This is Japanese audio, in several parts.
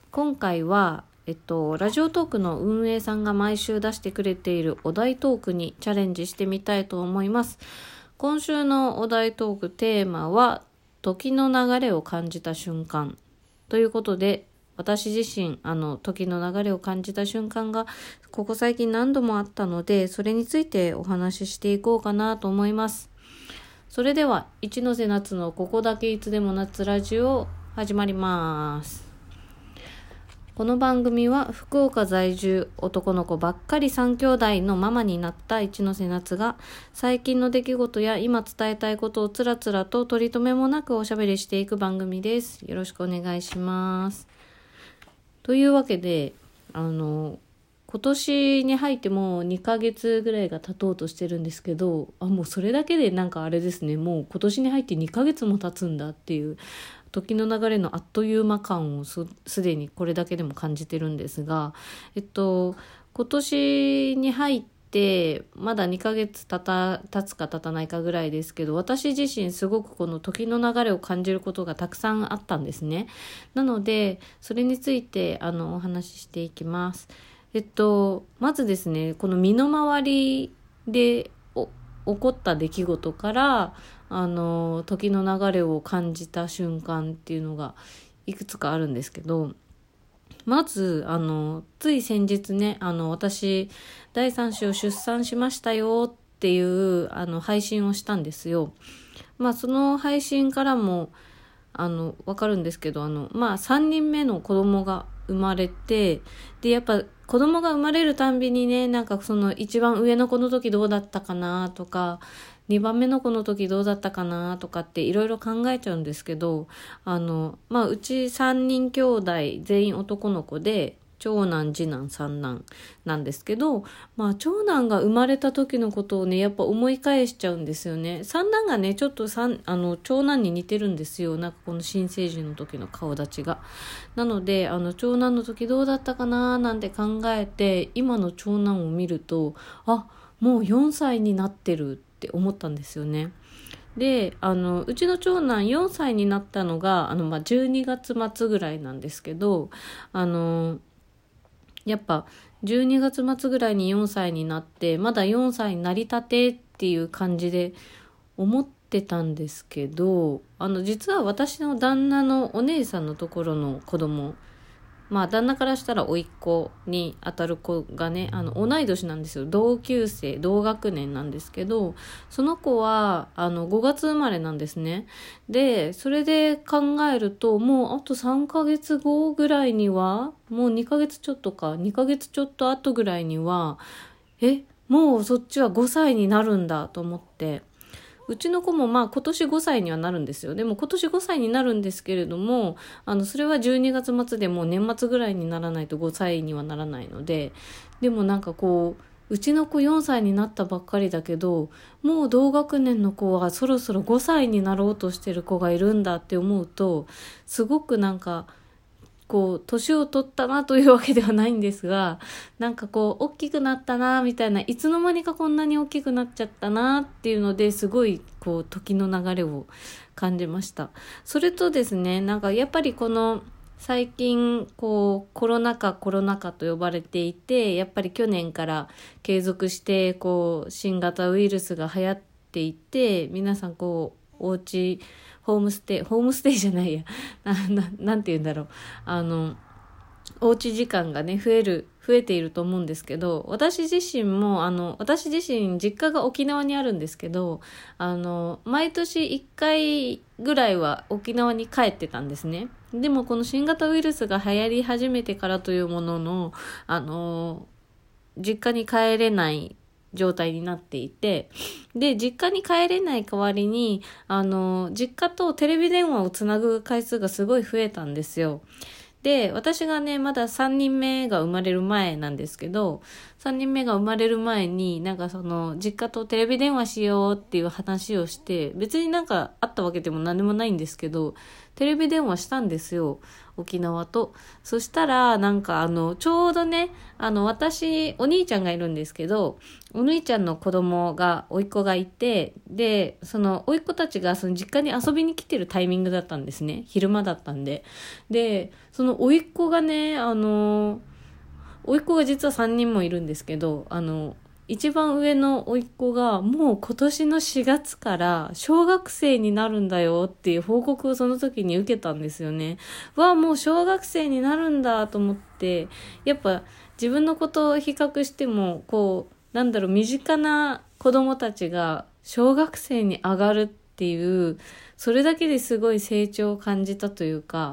今回は、ラジオトークの運営さんが毎週出してくれているお題トークにチャレンジしてみたいと思います。今週のお題トークテーマは、時の流れを感じた瞬間ということで、私自身、時の流れを感じた瞬間が、ここ最近何度もあったので、それについてお話ししていこうかなと思います。それでは、一ノ瀬夏のここだけいつでも夏ラジオ、始まります。この番組は福岡在住男の子ばっかり3兄弟のママになった一ノ瀬夏が最近の出来事や今伝えたいことをつらつらと取り留めもなくおしゃべりしていく番組です。よろしくお願いします。というわけで、今年に入ってもう2ヶ月ぐらいが経とうとしてるんですけど、もうそれだけでなんかあれですね、もう今年に入って2ヶ月も経つんだっていう時の流れのあっという間感をすでにこれだけでも感じてるんですが、今年に入ってまだ2ヶ月経つか経たないかぐらいですけど、私自身すごくこの時の流れを感じることがたくさんあったんですね。なのでそれについてお話ししていきます。まずですね、この身の回りで起こった出来事から時の流れを感じた瞬間っていうのがいくつかあるんですけど、まずつい先日ね、私第3子を出産しましたよっていう配信をしたんですよ。その配信からもわかるんですけど、3人目の子供が生まれて、でやっぱ子供が生まれるたんびにね、なんかその一番上の子の時どうだったかなとか、2番目の子の時どうだったかなとかっていろいろ考えちゃうんですけど、うち3人兄弟全員男の子で、長男次男三男なんですけど、長男が生まれた時のことをね、やっぱ思い返しちゃうんですよね。三男がねちょっと長男に似てるんですよ。なんかこの新生児の時の顔立ちが。なので長男の時どうだったかななんて考えて、今の長男を見るともう4歳になってるって思ったんですよね。でうちの長男4歳になったのが12月末ぐらいなんですけど、やっぱ12月末ぐらいに4歳になって、まだ4歳になりたてっていう感じで思ってたんですけど、実は私の旦那のお姉さんのところの子供、旦那からしたら甥っ子に当たる子がね、同い年なんですよ。同級生、同学年なんですけど、その子は5月生まれなんですね。でそれで考えると、もうあと3ヶ月後ぐらいには、もう2ヶ月ちょっと後ぐらいにはもうそっちは5歳になるんだと思って、うちの子も今年5歳にはなるんですよ。でも今年5歳になるんですけれども、それは12月末でもう年末ぐらいにならないと5歳にはならないので、でもなんかうちの子4歳になったばっかりだけど、もう同学年の子はそろそろ5歳になろうとしてる子がいるんだって思うと、すごくなんか年を取ったなというわけではないんですが、なんか大きくなったなみたいな、いつの間にかこんなに大きくなっちゃったなっていうので、すごい時の流れを感じました。それとですね、なんかやっぱりこの最近コロナ禍と呼ばれていて、やっぱり去年から継続して新型ウイルスが流行っていて、皆さんお家ホームステイじゃないやなんて言うんだろう、おうち時間がね増えていると思うんですけど、私自身実家が沖縄にあるんですけど、毎年1回ぐらいは沖縄に帰ってたんですね。でもこの新型ウイルスが流行り始めてからというものの、実家に帰れない状態になっていて、で実家に帰れない代わりに実家とテレビ電話をつなぐ回数がすごい増えたんですよ。で私がねまだ3人目が生まれる前なんですけど、3人目が生まれる前になんか実家とテレビ電話しようっていう話をして、別になんかあったわけでも何でもないんですけど、 テレビ電話したんですよ、沖縄と。そしたらなんかちょうどね、私お兄ちゃんがいるんですけど、お兄ちゃんの甥っ子がいて、でその甥っ子たちがその実家に遊びに来てるタイミングだったんですね。昼間だったんで。でその甥っ子がね、甥っ子が実は3人もいるんですけど、一番上の甥っ子がもう今年の4月から小学生になるんだよっていう報告をその時に受けたんですよね。もう小学生になるんだと思って、やっぱ自分のことを比較しても身近な子供たちが小学生に上がるっていう、それだけですごい成長を感じたというか、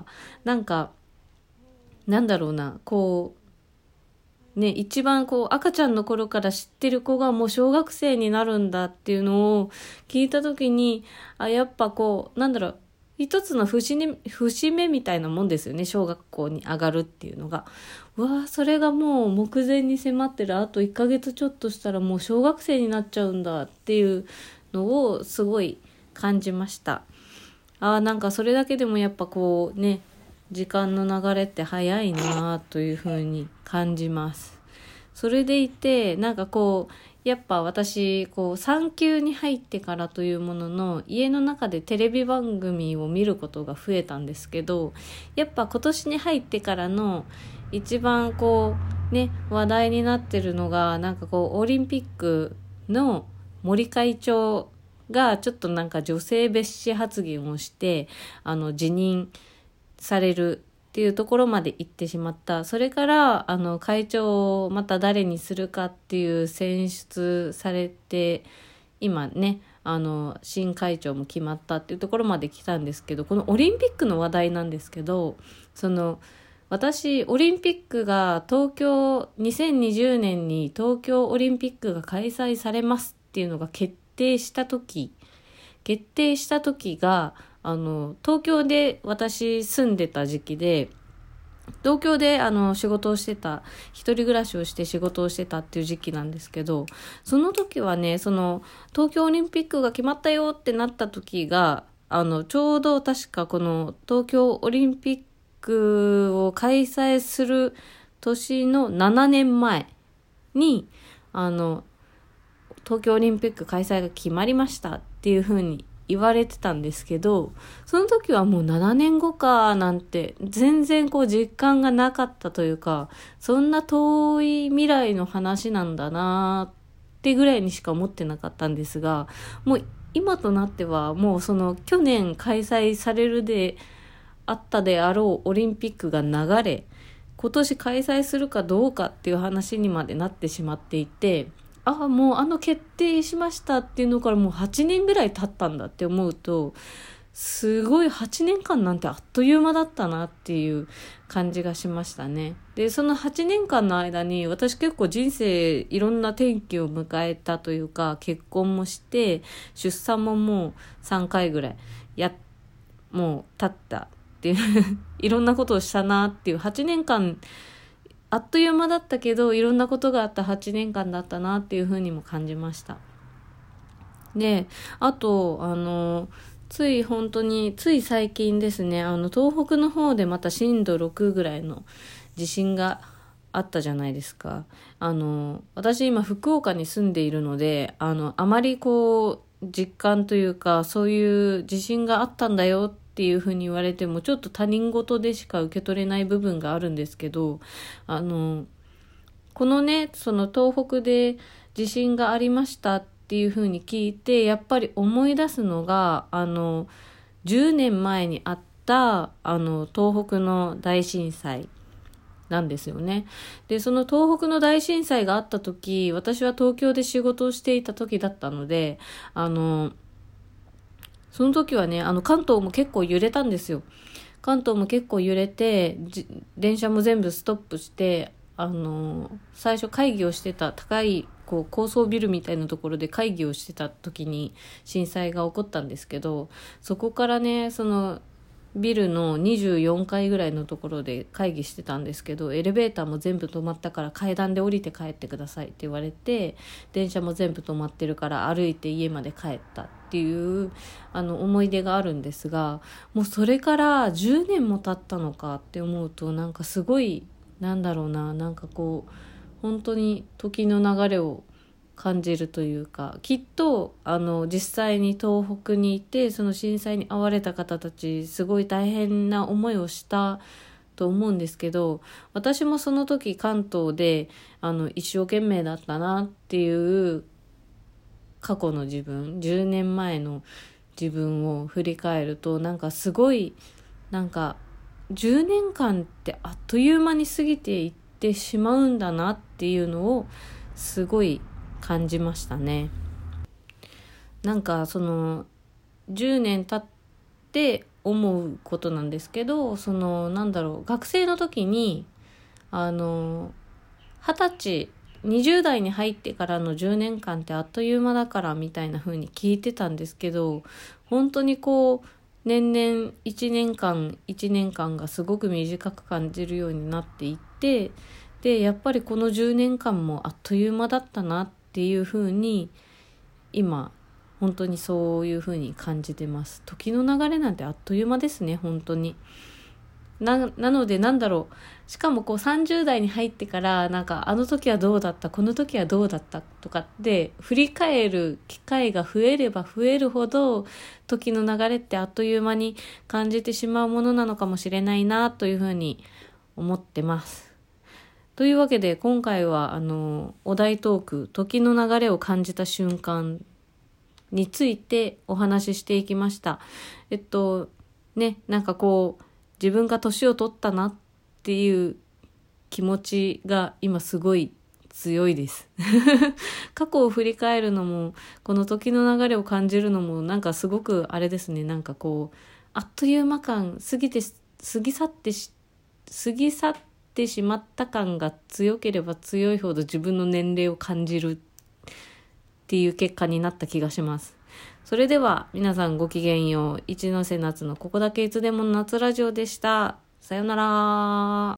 一番赤ちゃんの頃から知ってる子がもう小学生になるんだっていうのを聞いたときに、やっぱ一つの節目みたいなもんですよね、小学校に上がるっていうのが。それがもう目前に迫ってる、あと1ヶ月ちょっとしたらもう小学生になっちゃうんだっていうのをすごい感じました。それだけでもやっぱ時間の流れって早いなというふうに感じます。それでいてやっぱ私産休に入ってからというものの、家の中でテレビ番組を見ることが増えたんですけど、やっぱ今年に入ってからの一番話題になってるのがオリンピックの森会長がちょっと女性蔑視発言をして辞任されるっていうところまで行ってしまった。それから会長をまた誰にするかっていう選出されて、今ね新会長も決まったっていうところまで来たんですけど、このオリンピックの話題なんですけど、私オリンピックが2020年に東京オリンピックが開催されますっていうのが決定した時が東京で私住んでた時期で、東京で仕事をしてた、一人暮らしをして仕事をしてたっていう時期なんですけど、その時はね、東京オリンピックが決まったよってなった時がちょうど確かこの東京オリンピックを開催する年の7年前に東京オリンピック開催が決まりましたっていう風に言われてたんですけど、その時はもう7年後かなんて全然実感がなかったというか、そんな遠い未来の話なんだなってぐらいにしか思ってなかったんですが、もう今となってはもう去年開催されるであったであろうオリンピックが流れ、今年開催するかどうかっていう話にまでなってしまっていて、もう決定しましたっていうのからもう8年ぐらい経ったんだって思うと、すごい8年間なんてあっという間だったなっていう感じがしましたね。で、その8年間の間に私結構人生いろんな転機を迎えたというか、結婚もして出産ももう3回ぐらいもう経ったっていういろんなことをしたなっていう8年間、あっという間だったけどいろんなことがあった8年間だったなっていうふうにも感じました。で、あとつい最近ですね、東北の方でまた震度6ぐらいの地震があったじゃないですか。私今福岡に住んでいるのであまり実感というか、そういう地震があったんだよっていうふうに言われてもちょっと他人事でしか受け取れない部分があるんですけど、このね、東北で地震がありましたっていうふうに聞いて、やっぱり思い出すのが10年前にあった東北の大震災なんですよね。で、その東北の大震災があった時、私は東京で仕事をしていた時だったので、その時はね、関東も結構揺れたんですよ。関東も結構揺れて、電車も全部ストップして、最初会議をしてた高い高層ビルみたいなところで会議をしてた時に震災が起こったんですけど、そこからね、 ビルの24階ぐらいのところで会議してたんですけど、エレベーターも全部止まったから階段で降りて帰ってくださいって言われて、電車も全部止まってるから歩いて家まで帰ったっていう思い出があるんですが、もうそれから10年も経ったのかって思うと、なんかすごいなんかこう本当に時の流れを感じるというか、きっと実際に東北にいてその震災に遭われた方たちすごい大変な思いをしたと思うんですけど、私もその時関東で一生懸命だったなっていう過去の自分、10年前の自分を振り返ると、なんかすごい10年間ってあっという間に過ぎていってしまうんだなっていうのをすごい感じましたね。なんかその10年経って思うことなんですけど、学生の時に20歳20代に入ってからの10年間ってあっという間だからみたいな風に聞いてたんですけど、本当にこう年々1年間がすごく短く感じるようになっていって、でやっぱりこの10年間もあっという間だったなっていう風に今本当にそういう風に感じてます。時の流れなんてあっという間ですね、本当に。なのでしかもこう30代に入ってからあの時はどうだった、この時はどうだったとかって振り返る機会が増えれば増えるほど、時の流れってあっという間に感じてしまうものなのかもしれないなというふうに思ってます。というわけで今回はお題トーク、時の流れを感じた瞬間についてお話ししていきました。自分が年を取ったなっていう気持ちが今すごい強いです過去を振り返るのもこの時の流れを感じるのもすごくあれですね、あっという間感、過ぎ去ってしまった感が強ければ強いほど自分の年齢を感じるっていう結果になった気がします。それでは皆さんごきげんよう。一ノ瀬夏のここだけいつでも夏ラジオでした。さよなら。